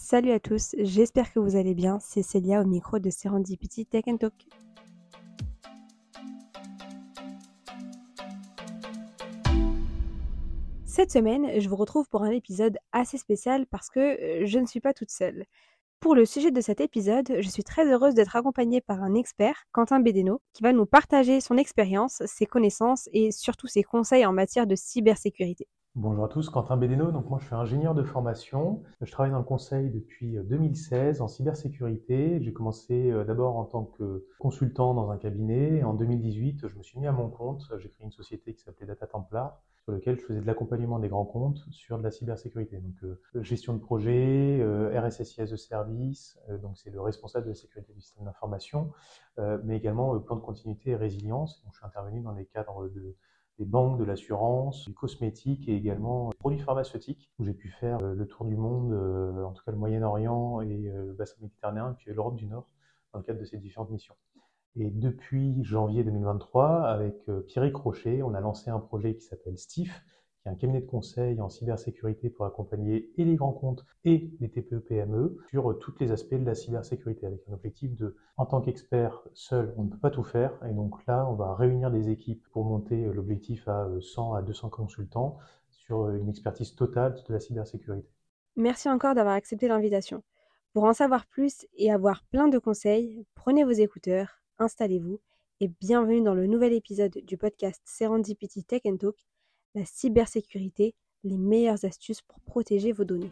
Salut à tous, j'espère que vous allez bien, c'est Célia au micro de Serendipity Tech Talk. Cette semaine, je vous retrouve pour un épisode assez spécial parce que je ne suis pas toute seule. Pour le sujet de cet épisode, je suis très heureuse d'être accompagnée par un expert, Quentin Bédéno, qui va nous partager son expérience, ses connaissances et surtout ses conseils en matière de cybersécurité. Bonjour à tous, Quentin Bédéno. Donc moi je suis ingénieur de formation. Je travaille dans le conseil depuis 2016 en cybersécurité. J'ai commencé d'abord en tant que consultant dans un cabinet. En 2018, je me suis mis à mon compte. J'ai créé une société qui s'appelait Data Templar, sur laquelle je faisais de l'accompagnement des grands comptes sur de la cybersécurité. Donc gestion de projet, RSSI as a service, donc c'est le responsable de la sécurité du système d'information, mais également plan de continuité et résilience. Donc je suis intervenu dans les cadres des banques, de l'assurance, du cosmétique et également des produits pharmaceutiques, où j'ai pu faire le tour du monde, en tout cas le Moyen-Orient et le bassin méditerranéen, puis l'Europe du Nord, dans le cadre de ces différentes missions. Et depuis janvier 2023, avec Pierrick Rocher, on a lancé un projet qui s'appelle STIF, qui est un cabinet de conseil en cybersécurité pour accompagner et les grands comptes et les TPE-PME sur tous les aspects de la cybersécurité, avec un objectif de, en tant qu'expert seul, on ne peut pas tout faire, et donc là, on va réunir des équipes pour monter l'objectif à 100 à 200 consultants sur une expertise totale de la cybersécurité. Merci encore d'avoir accepté l'invitation. Pour en savoir plus et avoir plein de conseils, prenez vos écouteurs, installez-vous et bienvenue dans le nouvel épisode du podcast Serendipity Tech Talk, la cybersécurité, les meilleures astuces pour protéger vos données.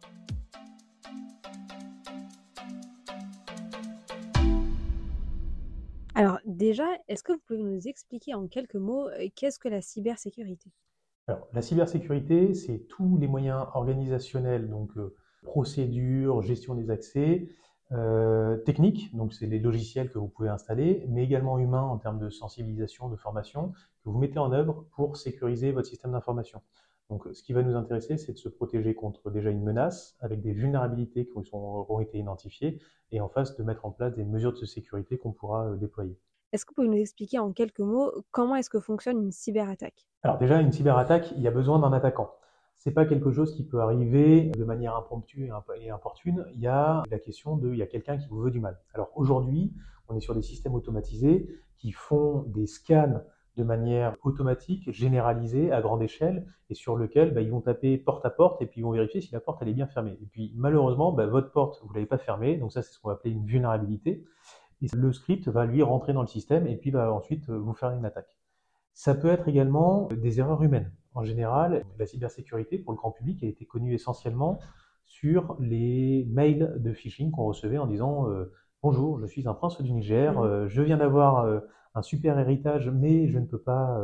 Alors déjà, est-ce que vous pouvez nous expliquer en quelques mots qu'est-ce que la cybersécurité ? Alors, la cybersécurité, c'est tous les moyens organisationnels, donc procédures, gestion des accès, techniques, donc c'est les logiciels que vous pouvez installer, mais également humains en termes de sensibilisation, de formation, que vous mettez en œuvre pour sécuriser votre système d'information. Donc, ce qui va nous intéresser, c'est de se protéger contre déjà une menace, avec des vulnérabilités qui auront été identifiées, et en face de mettre en place des mesures de sécurité qu'on pourra déployer. Est-ce que vous pouvez nous expliquer en quelques mots comment est-ce que fonctionne une cyberattaque ? Alors déjà, une cyberattaque, il y a besoin d'un attaquant. C'est pas quelque chose qui peut arriver de manière impromptue et importune. Il y a la question il y a quelqu'un qui vous veut du mal. Alors aujourd'hui, on est sur des systèmes automatisés qui font des scans de manière automatique, généralisée, à grande échelle, et sur lequel ils vont taper porte à porte et puis ils vont vérifier si la porte elle est bien fermée. Et puis malheureusement, votre porte, vous l'avez pas fermée, donc ça c'est ce qu'on va appeler une vulnérabilité. Et le script va lui rentrer dans le système et puis va ensuite vous faire une attaque. Ça peut être également des erreurs humaines. En général, la cybersécurité pour le grand public a été connue essentiellement sur les mails de phishing qu'on recevait en disant bonjour, je suis un prince du Niger, je viens d'avoir un super héritage, mais je ne peux pas,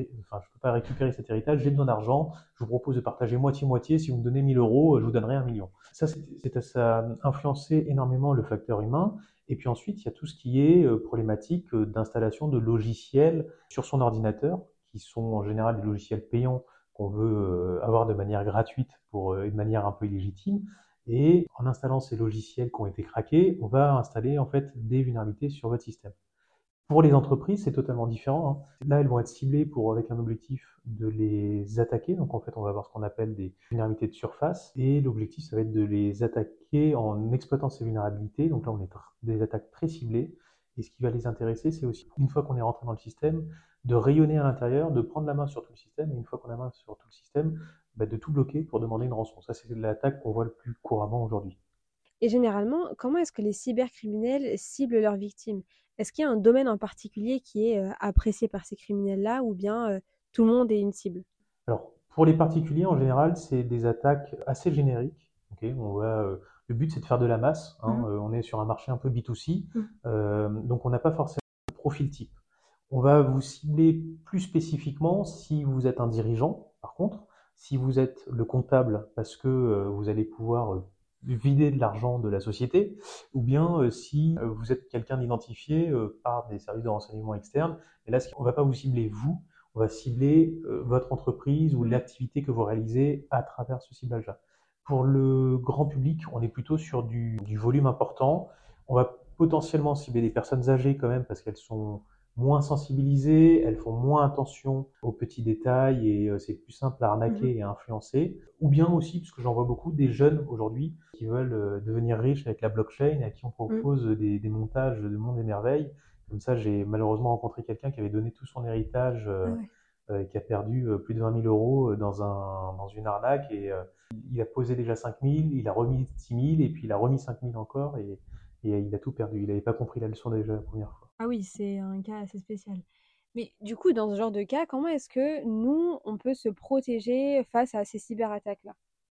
je peux pas récupérer cet héritage, j'ai besoin d'argent, je vous propose de partager moitié-moitié, si vous me donnez 1000 euros, je vous donnerai 1 million. Ça a influencé énormément le facteur humain. Et puis ensuite, il y a tout ce qui est problématique d'installation de logiciels sur son ordinateur, qui sont en général des logiciels payants qu'on veut avoir de manière gratuite pour de manière un peu illégitime. Et en installant ces logiciels qui ont été craqués, on va installer en fait des vulnérabilités sur votre système. Pour les entreprises, c'est totalement différent, hein. Là, elles vont être ciblées avec un objectif de les attaquer. Donc, en fait, on va avoir ce qu'on appelle des vulnérabilités de surface. Et l'objectif, ça va être de les attaquer en exploitant ces vulnérabilités. Donc là, on est des attaques très ciblées. Et ce qui va les intéresser, c'est aussi, une fois qu'on est rentré dans le système, de rayonner à l'intérieur, de prendre la main sur tout le système. Et une fois qu'on a la main sur tout le système, de tout bloquer pour demander une rançon. Ça, c'est l'attaque qu'on voit le plus couramment aujourd'hui. Et généralement, comment est-ce que les cybercriminels ciblent leurs victimes ? Est-ce qu'il y a un domaine en particulier qui est apprécié par ces criminels-là ou bien tout le monde est une cible ? Alors, pour les particuliers, en général, c'est des attaques assez génériques. Okay, le but, c'est de faire de la masse, hein. On est sur un marché un peu B2C, donc on n'a pas forcément de profil type. On va vous cibler plus spécifiquement si vous êtes un dirigeant, par contre, si vous êtes le comptable parce que vous allez pouvoir vider de l'argent de la société, ou bien si vous êtes quelqu'un d'identifié par des services de renseignement externes. Et là, on ne va pas vous cibler vous, on va cibler votre entreprise ou l'activité que vous réalisez à travers ce ciblage-là. Pour le grand public, on est plutôt sur du volume important. On va potentiellement cibler des personnes âgées quand même parce qu'elles sont moins sensibilisées, elles font moins attention aux petits détails et c'est plus simple à Mhm. arnaquer et à influencer. Ou bien aussi, parce que j'en vois beaucoup, des jeunes aujourd'hui qui veulent devenir riches avec la blockchain et à qui on Mhm. propose des montages de mondes et merveilles. Comme ça, j'ai malheureusement rencontré quelqu'un qui avait donné tout son héritage Ah ouais. et qui a perdu plus de 20 000 euros dans une arnaque. Et il a posé déjà 5 000, il a remis 6 000 et puis il a remis 5 000 encore et il a tout perdu. Il n'avait pas compris la leçon déjà la première fois. Ah oui, c'est un cas assez spécial. Mais du coup, dans ce genre de cas, comment est-ce que nous, on peut se protéger face à ces cyberattaques-là?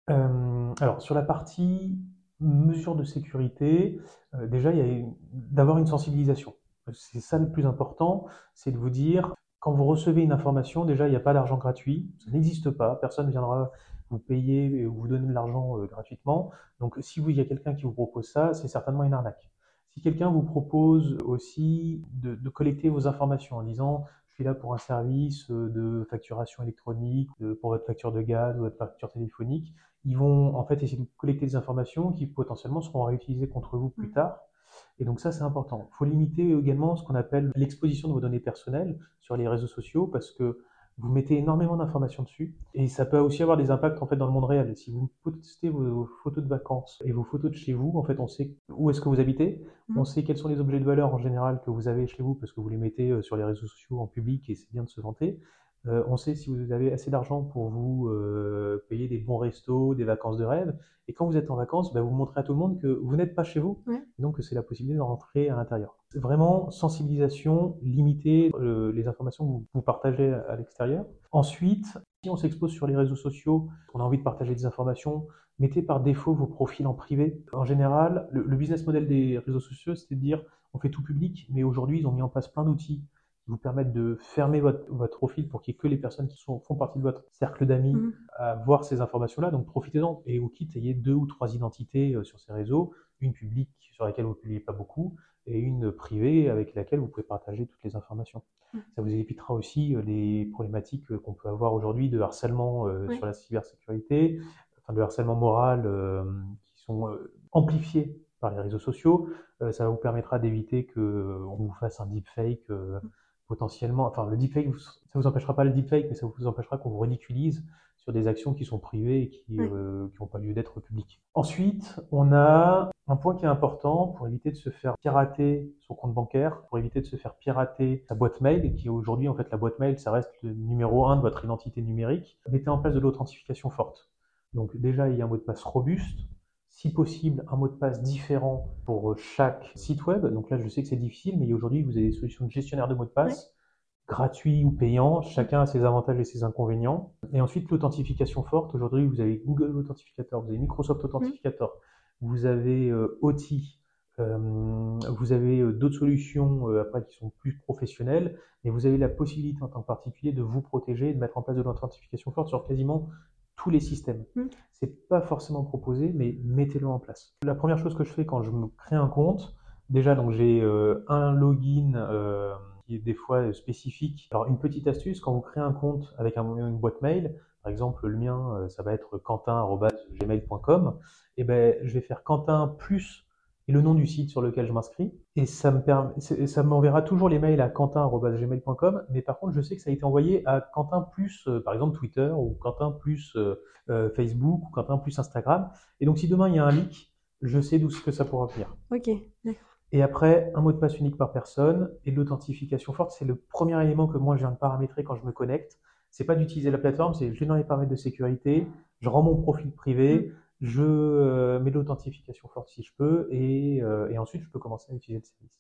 Alors sur la partie mesures de sécurité, déjà il y a d'avoir une sensibilisation. C'est ça le plus important, c'est de vous dire, quand vous recevez une information, déjà il n'y a pas d'argent gratuit, ça n'existe pas, personne ne viendra vous payer ou vous donner de l'argent gratuitement. Donc si il y a quelqu'un qui vous propose ça, c'est certainement une arnaque. Si quelqu'un vous propose aussi de collecter vos informations en disant je suis là pour un service de facturation électronique, pour votre facture de gaz ou votre facture téléphonique, ils vont en fait essayer de collecter des informations qui potentiellement seront réutilisées contre vous plus Mhm. tard. Et donc ça, c'est important. Il faut limiter également ce qu'on appelle l'exposition de vos données personnelles sur les réseaux sociaux parce que vous mettez énormément d'informations dessus et ça peut aussi avoir des impacts en fait dans le monde réel. Si vous postez vos photos de vacances et vos photos de chez vous, en fait, on sait où est-ce que vous habitez, on Mhm. sait quels sont les objets de valeur en général que vous avez chez vous parce que vous les mettez sur les réseaux sociaux en public et c'est bien de se vanter. On sait si vous avez assez d'argent pour vous payer des bons restos, des vacances de rêve. Et quand vous êtes en vacances, bah, vous montrez à tout le monde que vous n'êtes pas chez vous, Ouais. et donc que c'est la possibilité de rentrer à l'intérieur. C'est vraiment sensibilisation, limiter les informations que vous partagez à l'extérieur. Ensuite, si on s'expose sur les réseaux sociaux, on a envie de partager des informations, mettez par défaut vos profils en privé. En général, le business model des réseaux sociaux, c'est de dire on fait tout public, mais aujourd'hui, ils ont mis en place plein d'outils vous permettre de fermer votre profil pour qu'il n'y ait que les personnes qui font partie de votre cercle d'amis Mhm. à voir ces informations-là. Donc profitez-en et au kit, ayez 2 ou 3 identités sur ces réseaux, une publique sur laquelle vous ne publiez pas beaucoup et une privée avec laquelle vous pouvez partager toutes les informations. Mhm. Ça vous évitera aussi les problématiques qu'on peut avoir aujourd'hui de harcèlement Ouais. sur la cybersécurité, enfin de harcèlement moral qui sont amplifiés par les réseaux sociaux. Ça vous permettra d'éviter qu'on vous fasse un deepfake potentiellement, enfin le deepfake, ça vous empêchera pas le deepfake, mais ça vous empêchera qu'on vous ridiculise sur des actions qui sont privées et qui Ouais. n'ont pas lieu d'être publiques. Ensuite, on a un point qui est important pour éviter de se faire pirater son compte bancaire, pour éviter de se faire pirater sa boîte mail, qui aujourd'hui, en fait, la boîte mail, ça reste le numéro 1 de votre identité numérique. Mettez en place de l'authentification forte. Donc déjà, il y a un mot de passe robuste, si possible, un mot de passe différent pour chaque site web. Donc là, je sais que c'est difficile, mais aujourd'hui, vous avez des solutions de gestionnaire de mots de Ouais. passe, gratuits ou payants. Mhm. Chacun a ses avantages et ses inconvénients. Et ensuite, l'authentification forte. Aujourd'hui, vous avez Google Authentificator, vous avez Microsoft Mhm. Authentificator, vous avez OTI, vous avez d'autres solutions après qui sont plus professionnelles, mais vous avez la possibilité en tant que particulier de vous protéger et de mettre en place de l'authentification forte sur quasiment tous les systèmes. Mhm. C'est pas forcément proposé, mais mettez-le en place. La première chose que je fais quand je me crée un compte, déjà donc j'ai un login qui est des fois spécifique. Alors une petite astuce, quand vous créez un compte avec une boîte mail, par exemple le mien ça va être quentin@gmail.com, et ben je vais faire Quentin plus et le nom du site sur lequel je m'inscris. Et ça m'enverra toujours les mails à quentin@gmail.com, mais par contre, je sais que ça a été envoyé à Quentin plus, par exemple, Twitter, ou Quentin plus Facebook, ou Quentin plus Instagram. Et donc, si demain il y a un leak, je sais d'où ce que ça pourra venir. Ok, d'accord. Et après, un mot de passe unique par personne et de l'authentification forte, c'est le premier élément que moi je viens de paramétrer quand je me connecte. C'est pas d'utiliser la plateforme, c'est je vais dans les paramètres de sécurité, je rends mon profil Mhm. privé, je mets de l'authentification forte si je peux, et ensuite je peux commencer à utiliser le service.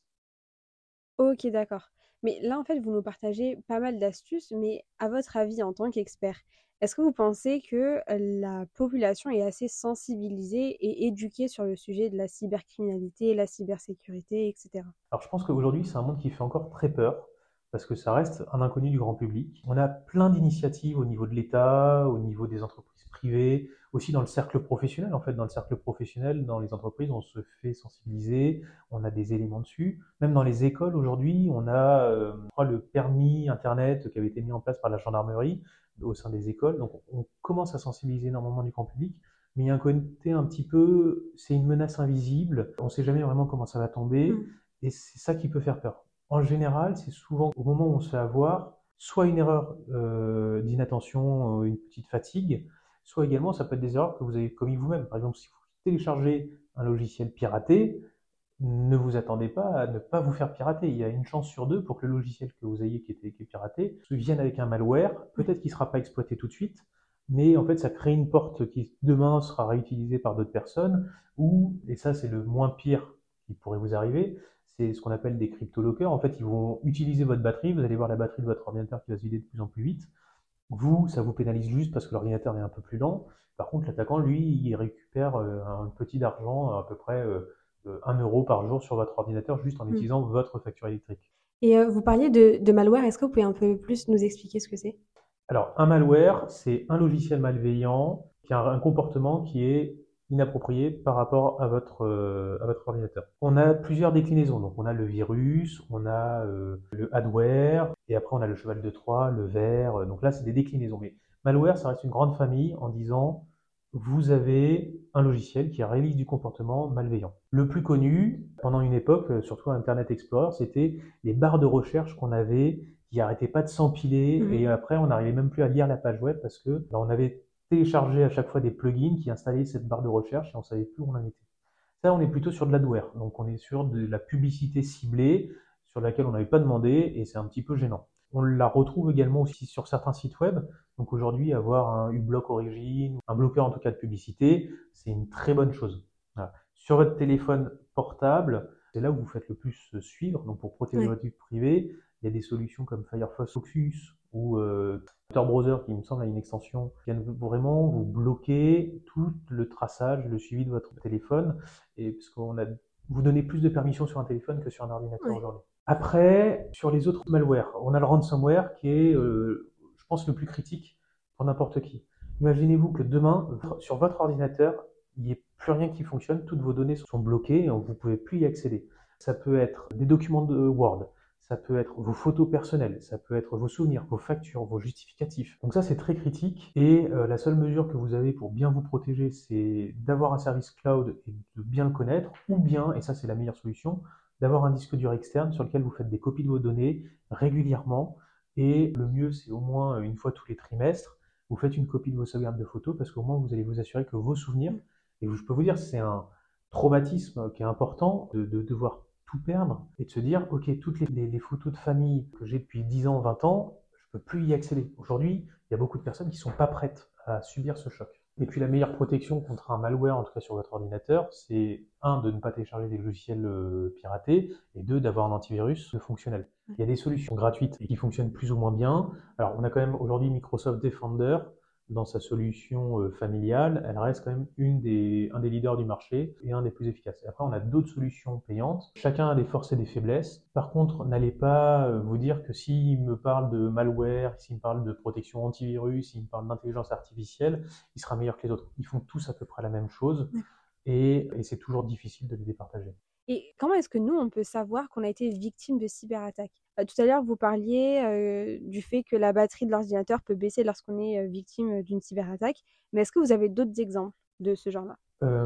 Ok, d'accord. Mais là, en fait, vous nous partagez pas mal d'astuces, mais à votre avis, en tant qu'expert, est-ce que vous pensez que la population est assez sensibilisée et éduquée sur le sujet de la cybercriminalité, la cybersécurité, etc. Alors je pense qu'aujourd'hui, c'est un monde qui fait encore très peur, parce que ça reste un inconnu du grand public. On a plein d'initiatives au niveau de l'État, au niveau des entreprises privées, aussi dans le cercle professionnel. En fait, dans le cercle professionnel, dans les entreprises, on se fait sensibiliser, on a des éléments dessus. Même dans les écoles, aujourd'hui, on a, je crois, le permis Internet qui avait été mis en place par la gendarmerie au sein des écoles. Donc on commence à sensibiliser énormément du grand public. Mais il y a un côté un petit peu, c'est une menace invisible. On ne sait jamais vraiment comment ça va tomber. Mm. Et c'est ça qui peut faire peur. En général, c'est souvent au moment où on se fait avoir, soit une erreur d'inattention, une petite fatigue, soit également ça peut être des erreurs que vous avez commises vous-même. Par exemple, si vous téléchargez un logiciel piraté, ne vous attendez pas à ne pas vous faire pirater. Il y a une chance sur deux pour que le logiciel que vous ayez qui est piraté vienne avec un malware. Peut-être qu'il ne sera pas exploité tout de suite, mais en fait, ça crée une porte qui demain sera réutilisée par d'autres personnes. Ou, et ça, c'est le moins pire qui pourrait vous arriver, c'est ce qu'on appelle des crypto-lockers. En fait, ils vont utiliser votre batterie. Vous allez voir la batterie de votre ordinateur qui va se vider de plus en plus vite. Vous, ça vous pénalise juste parce que l'ordinateur est un peu plus lent. Par contre, l'attaquant, lui, il récupère un petit argent, à peu près 1 euro par jour sur votre ordinateur, juste en Mm. utilisant votre facture électrique. Et vous parliez de malware, est-ce que vous pouvez un peu plus nous expliquer ce que c'est? Alors, un malware, c'est un logiciel malveillant qui a un comportement qui est inapproprié par rapport à votre ordinateur. On a plusieurs déclinaisons. Donc, on a le virus, on a le adware, et après, on a le cheval de Troie, le ver. Donc là, c'est des déclinaisons. Mais malware, ça reste une grande famille en disant, vous avez un logiciel qui réalise du comportement malveillant. Le plus connu, pendant une époque, surtout Internet Explorer, c'était les barres de recherche qu'on avait qui arrêtait pas de s'empiler Mhm. et après on n'arrivait même plus à lire la page web parce que on avait téléchargé à chaque fois des plugins qui installaient cette barre de recherche et on savait plus où on en était. Ça, on est plutôt sur de l'adware, donc on est sur de la publicité ciblée sur laquelle on n'avait pas demandé et c'est un petit peu gênant. On la retrouve également aussi sur certains sites web. Donc aujourd'hui, avoir un uBlock Origin, un bloqueur en tout cas de publicité, c'est une très bonne chose. Voilà. Sur votre téléphone portable, c'est là où vous faites le plus suivre. Donc pour protéger Ouais. votre vie privée, il y a des solutions comme Firefox Focus ou Tor Browser qui, il me semble, a une extension qui vient vraiment vous bloquer tout le traçage, le suivi de votre téléphone. Et parce qu'on a, vous donnez plus de permissions sur un téléphone que sur un ordinateur Ouais. aujourd'hui. Après, sur les autres malwares, on a le ransomware qui est, je pense, le plus critique pour n'importe qui. Imaginez-vous que demain, sur votre ordinateur, il n'y ait plus rien qui fonctionne, toutes vos données sont bloquées et vous ne pouvez plus y accéder. Ça peut être des documents de Word, ça peut être vos photos personnelles, ça peut être vos souvenirs, vos factures, vos justificatifs. Donc ça, c'est très critique. Et la seule mesure que vous avez pour bien vous protéger, c'est d'avoir un service cloud et de bien le connaître, ou bien, et ça c'est la meilleure solution, d'avoir un disque dur externe sur lequel vous faites des copies de vos données régulièrement. Et le mieux, c'est au moins une fois tous les trimestres, vous faites une copie de vos sauvegardes de photos parce qu'au moins vous allez vous assurer que vos souvenirs, et je peux vous dire, c'est un traumatisme qui est important de devoir tout perdre et de se dire, ok, toutes les photos de famille que j'ai depuis 10 ans, 20 ans, je peux plus y accéder. Aujourd'hui, il y a beaucoup de personnes qui sont pas prêtes à subir ce choc. Et puis la meilleure protection contre un malware, en tout cas sur votre ordinateur, c'est un, de ne pas télécharger des logiciels piratés, et deux, d'avoir un antivirus fonctionnel. Il y a des solutions gratuites et qui fonctionnent plus ou moins bien. Alors on a quand même aujourd'hui Microsoft Defender dans sa solution familiale, elle reste quand même un des leaders du marché et un des plus efficaces. Et après, on a d'autres solutions payantes. Chacun a des forces et des faiblesses. Par contre, n'allez pas vous dire que s'il me parle de malware, s'il me parle de protection antivirus, s'il me parle d'intelligence artificielle, il sera meilleur que les autres. Ils font tous à peu près la même chose et c'est toujours difficile de les départager. Et comment est-ce que nous, on peut savoir qu'on a été victime de cyberattaque? Tout à l'heure, vous parliez du fait que la batterie de l'ordinateur peut baisser lorsqu'on est victime d'une cyberattaque. Mais est-ce que vous avez d'autres exemples de ce genre-là?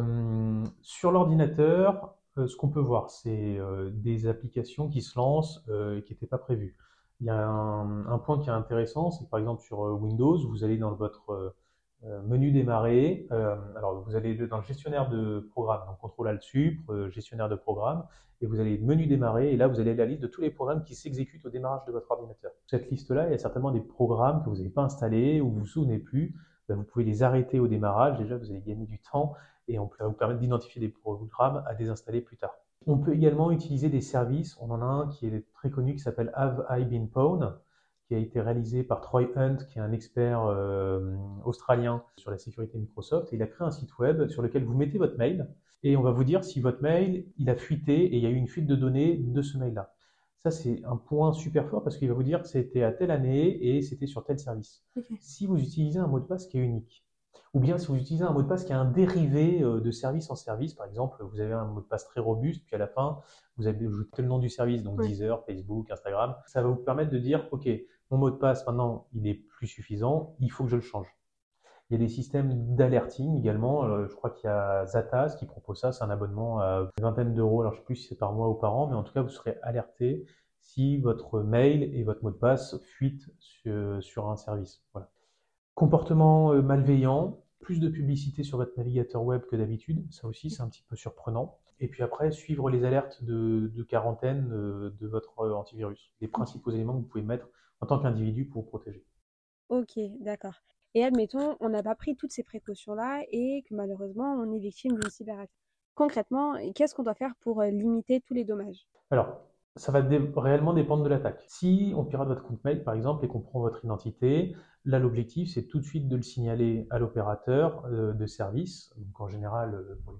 Sur l'ordinateur, ce qu'on peut voir, c'est des applications qui se lancent et qui n'étaient pas prévues. Il y a un point qui est intéressant, c'est que par exemple sur Windows, vous allez dans votre menu démarrer. Alors vous allez dans le gestionnaire de programme, donc CTRL Alt Sup, gestionnaire de programme, et vous allez menu démarrer, et là vous allez la liste de tous les programmes qui s'exécutent au démarrage de votre ordinateur. Cette liste-là, il y a certainement des programmes que vous n'avez pas installés ou vous vous souvenez plus. Ben, vous pouvez les arrêter au démarrage. Déjà, vous allez gagner du temps et on peut vous permettre d'identifier des programmes à désinstaller plus tard. On peut également utiliser des services. On en a un qui est très connu qui s'appelle Have I Been Pwned, qui a été réalisé par Troy Hunt, qui est un expert australien sur la sécurité Microsoft. Et il a créé un site web sur lequel vous mettez votre mail et on va vous dire si votre mail il a fuité et il y a eu une fuite de données de ce mail-là. Ça, c'est un point super fort parce qu'il va vous dire que c'était à telle année et c'était sur tel service. Okay. Si vous utilisez un mot de passe qui est unique, ou bien si vous utilisez un mot de passe qui est un dérivé de service en service, par exemple, vous avez un mot de passe très robuste, puis à la fin, vous avez ajouté le nom du service, donc Deezer, Facebook, Instagram, ça va vous permettre de dire, ok, mon mot de passe maintenant, il est plus suffisant, il faut que je le change. Il y a des systèmes d'alerting également. Je crois qu'il y a Zatas qui propose ça. C'est un abonnement à une vingtaine d'euros. Alors, je ne sais plus si c'est par mois ou par an, mais en tout cas, vous serez alerté si votre mail et votre mot de passe fuitent sur un service. Voilà. Comportement malveillant, plus de publicité sur votre navigateur web que d'habitude, ça aussi c'est un petit peu surprenant. Et puis après, suivre les alertes de quarantaine de votre antivirus, les principaux éléments que vous pouvez mettre en tant qu'individu pour vous protéger. Ok, d'accord. Et admettons, on n'a pas pris toutes ces précautions-là et que malheureusement, on est victime d'une cyberattaque. Concrètement, qu'est-ce qu'on doit faire pour limiter tous les dommages? Alors, ça va réellement dépendre de l'attaque. Si on pirate votre compte mail, par exemple, et qu'on prend votre identité, là, l'objectif, c'est tout de suite de le signaler à l'opérateur de service. Donc, en général,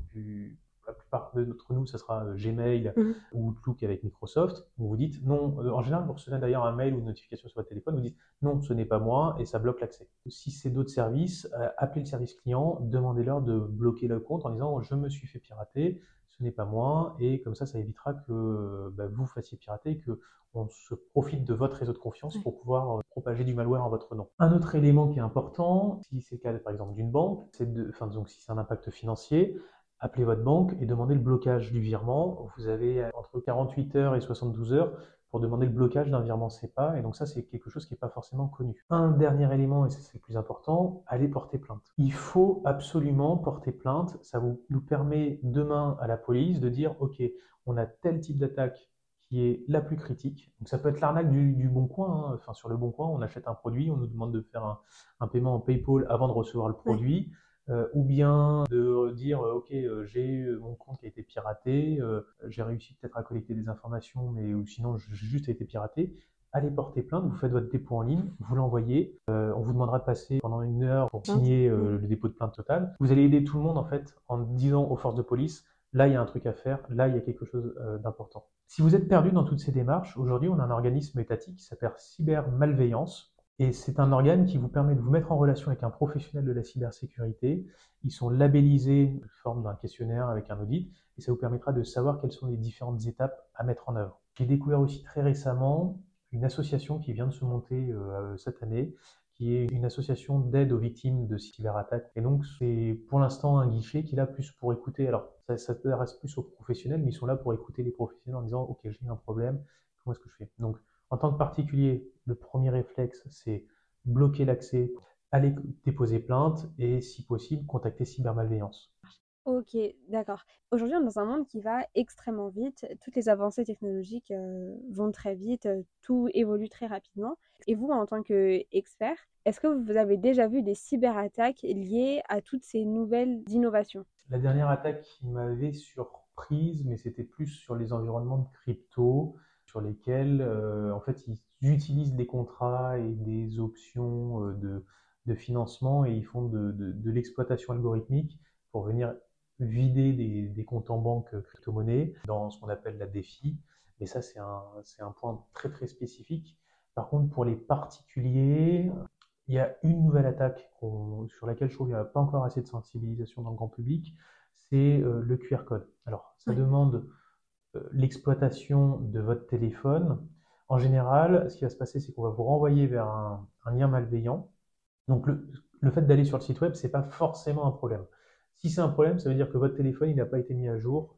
pour la plupart d'entre nous, ça sera Gmail Mhm. ou Outlook avec Microsoft. Vous dites non. En général, vous recevez d'ailleurs un mail ou une notification sur votre téléphone. Vous dites non, ce n'est pas moi, et ça bloque l'accès. Si c'est d'autres services, appelez le service client, demandez-leur de bloquer le compte en disant je me suis fait pirater, ce n'est pas moi, et comme ça évitera que vous fassiez pirater, que on se profite de votre réseau de confiance Ouais. pour pouvoir propager du malware en votre nom. Un autre élément qui est important, si c'est le cas par exemple d'une banque, donc si c'est un impact financier, appelez votre banque et demandez le blocage du virement. Vous avez entre 48 heures et 72 heures pour demander le blocage d'un virement SEPA, et donc ça c'est quelque chose qui n'est pas forcément connu. Un dernier élément, et c'est le plus important, allez porter plainte. Il faut absolument porter plainte, ça nous permet demain à la police de dire ok, on a tel type d'attaque qui est la plus critique. Donc ça peut être l'arnaque du Bon Coin, hein. Enfin, sur le Bon Coin, on achète un produit, on nous demande de faire un paiement en PayPal avant de recevoir le Ouais. produit. Ou bien de dire ok, j'ai mon compte qui a été piraté, j'ai réussi peut-être à collecter des informations, mais ou sinon j'ai juste été piraté. Allez porter plainte, vous faites votre dépôt en ligne, vous l'envoyez, on vous demandera de passer pendant 1 heure pour Plainte. signer Ouais. le dépôt de plainte total. Vous allez aider tout le monde en fait en disant aux forces de police là il y a un truc à faire, là il y a quelque chose d'important. Si vous êtes perdu dans toutes ces démarches, aujourd'hui on a un organisme étatique qui s'appelle Cybermalveillance. Et c'est un organe qui vous permet de vous mettre en relation avec un professionnel de la cybersécurité. Ils sont labellisés sous forme d'un questionnaire avec un audit, et ça vous permettra de savoir quelles sont les différentes étapes à mettre en œuvre. J'ai découvert aussi très récemment une association qui vient de se monter cette année, qui est une association d'aide aux victimes de cyberattaques. Et donc c'est pour l'instant un guichet qui est là plus pour écouter. Alors ça s'adresse plus aux professionnels, mais ils sont là pour écouter les professionnels en disant ok, j'ai un problème, comment est-ce que je fais? Donc en tant que particulier, le premier réflexe, c'est bloquer l'accès, aller déposer plainte et, si possible, contacter cybermalveillance. Ok, d'accord. Aujourd'hui, on est dans un monde qui va extrêmement vite. Toutes les avancées technologiques vont très vite, tout évolue très rapidement. Et vous, en tant qu'expert, est-ce que vous avez déjà vu des cyberattaques liées à toutes ces nouvelles innovations? La dernière attaque qui m'avait surprise, mais c'était plus sur les environnements de crypto, sur lesquels en fait ils utilisent des contrats et des options de financement, et ils font de l'exploitation algorithmique pour venir vider des comptes en banque crypto-monnaie dans ce qu'on appelle la DeFi. Et ça, c'est un point très très spécifique. Par contre, pour les particuliers, il y a une nouvelle attaque sur laquelle je trouve qu'il n'y a pas encore assez de sensibilisation dans le grand public, c'est le QR code. Alors, ça Ouais. demande l'exploitation de votre téléphone. En général, ce qui va se passer, c'est qu'on va vous renvoyer vers un lien malveillant. Donc, le fait d'aller sur le site web, c'est pas forcément un problème. Si c'est un problème, ça veut dire que votre téléphone il n'a pas été mis à jour,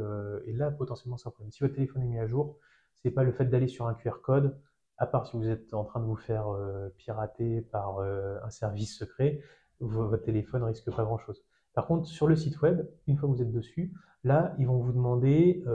et là, potentiellement, c'est un problème. Si votre téléphone est mis à jour, c'est pas le fait d'aller sur un QR code, à part si vous êtes en train de vous faire pirater par un service secret, votre téléphone risque pas grand-chose. Par contre, sur le site web, une fois que vous êtes dessus, là, ils vont vous demander,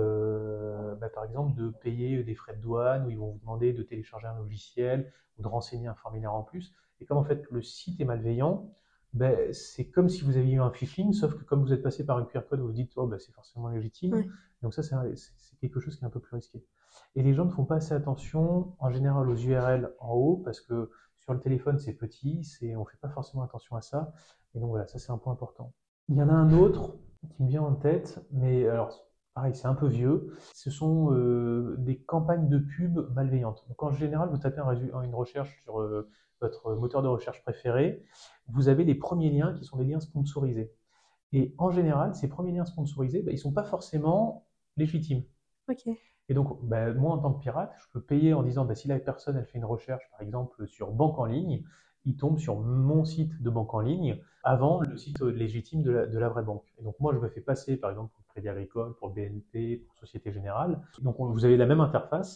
par exemple, de payer des frais de douane, ou ils vont vous demander de télécharger un logiciel ou de renseigner un formulaire en plus. Et comme en fait le site est malveillant, c'est comme si vous aviez eu un phishing, sauf que comme vous êtes passé par un QR code, vous vous dites oh, c'est forcément légitime. Ouais. Donc ça, c'est quelque chose qui est un peu plus risqué. Et les gens ne font pas assez attention en général aux URL en haut, parce que sur le téléphone c'est petit, on ne fait pas forcément attention à ça. Et donc voilà, ça c'est un point important. Il y en a un autre qui me vient en tête, mais alors pareil, c'est un peu vieux. Ce sont des campagnes de pub malveillantes. Donc en général, vous tapez une recherche sur votre moteur de recherche préféré, vous avez les premiers liens qui sont des liens sponsorisés. Et en général, ces premiers liens sponsorisés, ils ne sont pas forcément légitimes. Ok. Et donc, moi, en tant que pirate, je peux payer en disant, si la personne, elle fait une recherche, par exemple, sur banque en ligne, il tombe sur mon site de banque en ligne avant le site légitime de la vraie banque. Et donc, moi, je me fais passer, par exemple, pour Crédit Agricole, pour BNP, pour Société Générale. Donc, vous avez la même interface,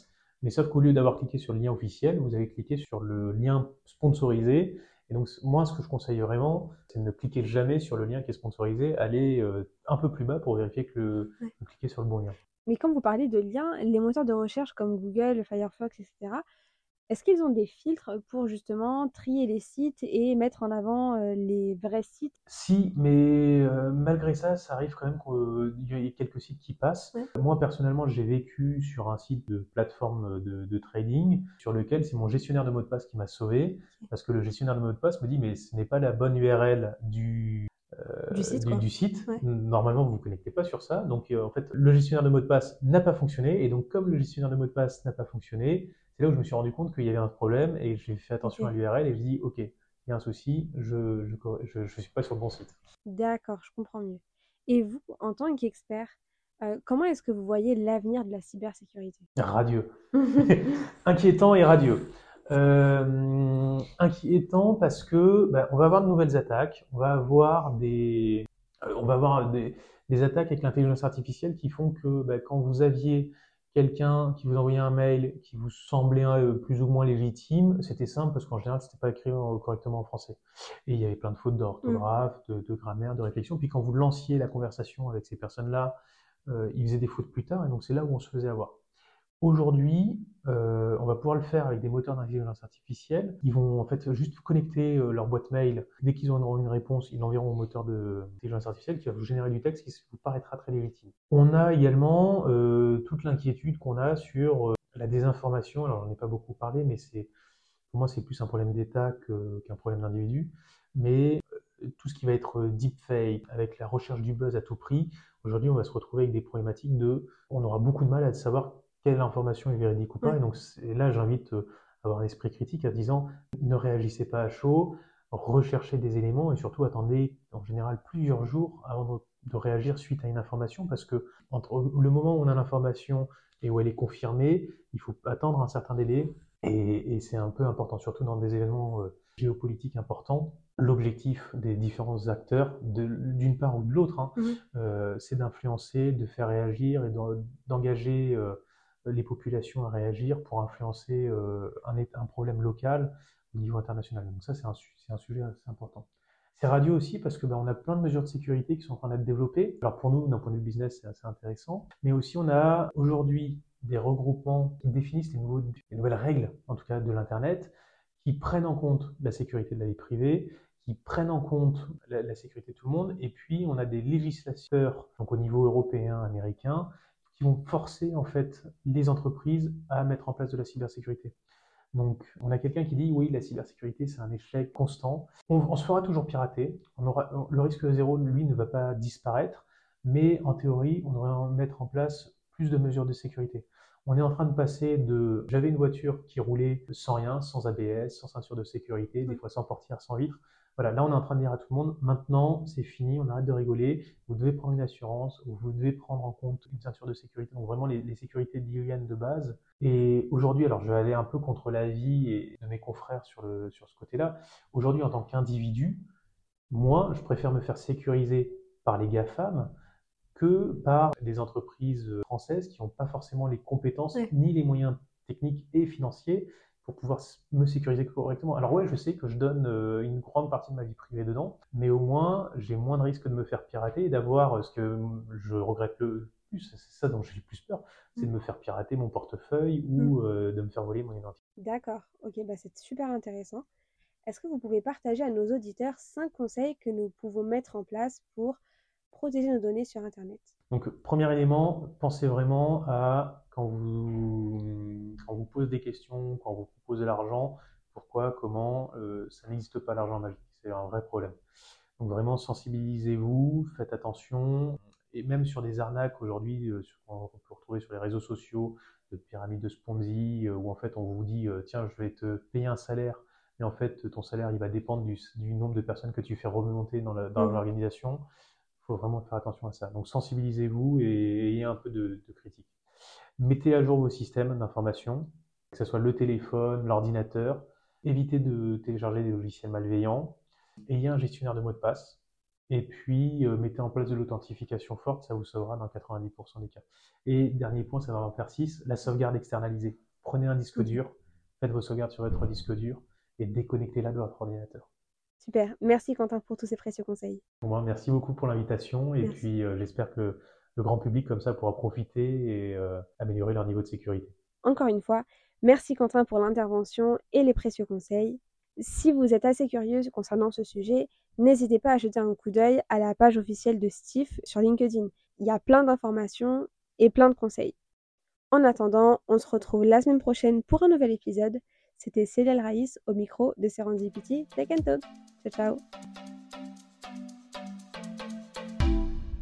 Mais sauf qu'au lieu d'avoir cliqué sur le lien officiel, vous avez cliqué sur le lien sponsorisé. Et donc, moi, ce que je conseille vraiment, c'est de ne cliquer jamais sur le lien qui est sponsorisé, aller un peu plus bas pour vérifier que Ouais. vous cliquez sur le bon lien. Mais quand vous parlez de liens, les moteurs de recherche comme Google, Firefox, etc., est-ce qu'ils ont des filtres pour justement trier les sites et mettre en avant les vrais sites? Si, mais malgré ça, ça arrive quand même qu'il y ait quelques sites qui passent. Ouais. Moi, personnellement, j'ai vécu sur un site de plateforme de trading sur lequel c'est mon gestionnaire de mot de passe qui m'a sauvé parce que le gestionnaire de mot de passe me dit mais ce n'est pas la bonne URL Du site, quoi. du site. Ouais. Normalement, vous ne vous connectez pas sur ça. Donc, en fait, le gestionnaire de mot de passe n'a pas fonctionné. Et donc, comme le gestionnaire de mot de passe n'a pas fonctionné, c'est là où je me suis rendu compte qu'il y avait un problème et j'ai fait attention à Ok. l'URL et je dis, OK, il y a un souci, je suis pas sur le bon site. D'accord, je comprends mieux. Et vous, en tant qu'expert, comment est-ce que vous voyez l'avenir de la cybersécurité? Radieux. Inquiétant et radieux. Inquiétant parce que on va avoir de nouvelles attaques, on va avoir des attaques avec l'intelligence artificielle qui font que quand vous aviez quelqu'un qui vous envoyait un mail qui vous semblait plus ou moins légitime, c'était simple parce qu'en général c'était pas écrit correctement en français. Et il y avait plein de fautes Mm. d'orthographe, de grammaire, de réflexion. Puis quand vous lanciez la conversation avec ces personnes-là, ils faisaient des fautes plus tard et donc c'est là où on se faisait avoir. Aujourd'hui, on va pouvoir le faire avec des moteurs d'intelligence artificielle. Ils vont en fait juste connecter leur boîte mail. Dès qu'ils auront une réponse, ils l'enverront au moteur d'intelligence artificielle qui va vous générer du texte qui vous paraîtra très légitime. On a également toute l'inquiétude qu'on a sur la désinformation. Alors, j'en ai pas beaucoup parlé, mais pour moi, c'est plus un problème d'État qu'un problème d'individu. Mais tout ce qui va être deepfake, avec la recherche du buzz à tout prix, aujourd'hui, on va se retrouver avec des problématiques on aura beaucoup de mal à savoir quelle information est véridique ou pas. Ouais. Et donc là, j'invite à avoir un esprit critique en disant ne réagissez pas à chaud, recherchez des éléments et surtout attendez en général plusieurs jours avant de réagir suite à une information parce que entre le moment où on a l'information et où elle est confirmée, il faut attendre un certain délai et c'est un peu important, surtout dans des événements géopolitiques importants. L'objectif des différents acteurs, d'une part ou de l'autre, hein, Mhm. c'est d'influencer, de faire réagir et d'engager les populations à réagir pour influencer un problème local au niveau international. Donc ça, c'est un sujet assez important. C'est radio aussi parce que on a plein de mesures de sécurité qui sont en train d'être développées. Alors pour nous, d'un point de vue business, c'est assez intéressant. Mais aussi, on a aujourd'hui des regroupements qui définissent les nouvelles règles, en tout cas de l'Internet, qui prennent en compte la sécurité de la vie privée, qui prennent en compte la sécurité de tout le monde. Et puis, on a des législateurs, donc au niveau européen, américain, qui vont forcer en fait les entreprises à mettre en place de la cybersécurité. Donc, on a quelqu'un qui dit oui, la cybersécurité, c'est un échec constant. On se fera toujours pirater. Le risque zéro, lui, ne va pas disparaître. Mais en théorie, on devrait mettre en place plus de mesures de sécurité. On est en train de passer de j'avais une voiture qui roulait sans rien, sans ABS, sans ceinture de sécurité, des Ouais. fois sans portière, sans vitre. Voilà, là on est en train de dire à tout le monde, maintenant c'est fini, on arrête de rigoler, vous devez prendre une assurance, vous devez prendre en compte une ceinture de sécurité, donc vraiment les sécurités d'hygiène de base. Et aujourd'hui, alors je vais aller un peu contre l'avis de mes confrères sur ce côté-là. Aujourd'hui, en tant qu'individu, moi, je préfère me faire sécuriser par les GAFAM que par des entreprises françaises qui n'ont pas forcément les compétences Ouais. ni les moyens techniques et financiers pour pouvoir me sécuriser correctement. Alors ouais, je sais que je donne une grande partie de ma vie privée dedans, mais au moins j'ai moins de risques de me faire pirater et d'avoir ce que je regrette le plus, c'est ça dont j'ai le plus peur, c'est de me faire pirater mon portefeuille Mm. ou de me faire voler mon identité. D'accord, ok, bah c'est super intéressant. Est-ce que vous pouvez partager à nos auditeurs 5 conseils que nous pouvons mettre en place pour protéger nos données sur Internet? Donc, premier élément, pensez vraiment à quand vous posez des questions, quand vous proposez l'argent, pourquoi, comment, ça n'existe pas l'argent magique, c'est un vrai problème. Donc vraiment sensibilisez-vous, faites attention, et même sur des arnaques aujourd'hui, qu'on peut retrouver sur les réseaux sociaux, de pyramides de Ponzi, où en fait on vous dit tiens je vais te payer un salaire, mais en fait ton salaire il va dépendre du nombre de personnes que tu fais remonter dans Mhm. l'organisation. Il faut vraiment faire attention à ça. Donc sensibilisez-vous et ayez un peu de critique. Mettez à jour vos systèmes d'information, que ce soit le téléphone, l'ordinateur. Évitez de télécharger des logiciels malveillants. Ayez un gestionnaire de mots de passe. Et puis, mettez en place de l'authentification forte, ça vous sauvera dans 90% des cas. Et dernier point, ça va en faire 6, la sauvegarde externalisée. Prenez un disque Ok. dur, faites vos sauvegardes sur votre disque dur et déconnectez-la de votre ordinateur. Super. Merci Quentin pour tous ces précieux conseils. Pour moi, merci beaucoup pour l'invitation et Merci. puis j'espère que le grand public comme ça pourra profiter et améliorer leur niveau de sécurité. Encore une fois, merci Quentin pour l'intervention et les précieux conseils. Si vous êtes assez curieuse concernant ce sujet, n'hésitez pas à jeter un coup d'œil à la page officielle de Stif sur LinkedIn. Il y a plein d'informations et plein de conseils. En attendant, on se retrouve la semaine prochaine pour un nouvel épisode. C'était Célia Raïs au micro de Serendipity Tech & Talk. Ciao ciao.